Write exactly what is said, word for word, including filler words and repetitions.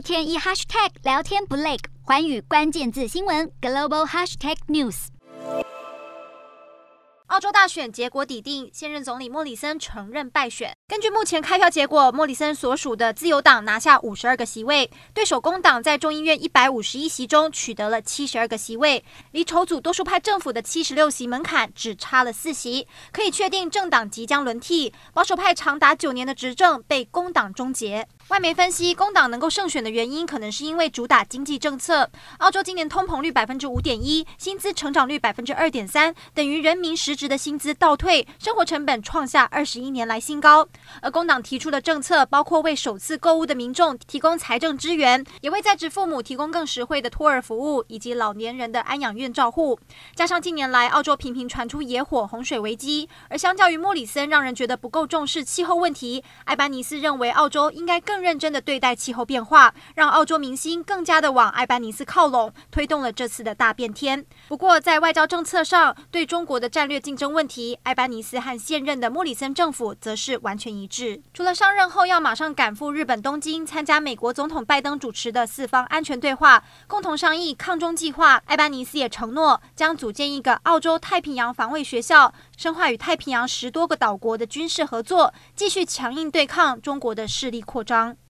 天一 hashtag 聊天不累，寰宇关键字新闻 global hashtag news。 澳洲大选结果底定，现任总理莫里森承认败选。根据目前开票结果，莫里森所属的自由党拿下五十二个席位，对手工党在众议院一百五十一席中取得了七十二个席位，离筹组多数派政府的七十六席门槛只差了四席。可以确定政党即将轮替，保守派长达九年的执政被工党终结。外媒分析，工党能够胜选的原因，可能是因为主打经济政策。澳洲今年通膨率百分之五点一，薪资成长率百分之二点三，等于人民实质的薪资倒退，生活成本创下二十一年来新高。而工党提出的政策包括为首次购物的民众提供财政支援，也为在职父母提供更实惠的托儿服务，以及老年人的安养院照护。加上近年来澳洲频频传出野火、洪水危机，而相较于莫里森让人觉得不够重视气候问题，艾班尼斯认为澳洲应该更认真的对待气候变化，让澳洲民心更加的往艾班尼斯靠拢，推动了这次的大变天。不过在外交政策上，对中国的战略竞争问题，艾班尼斯和现任的莫里森政府则是完全一致。除了上任后要马上赶赴日本东京参加美国总统拜登主持的四方安全对话，共同商议抗中计划，艾班尼斯也承诺将组建一个澳洲太平洋防卫学校，深化与太平洋十多个岛国的军事合作，继续强硬对抗中国的势力扩张。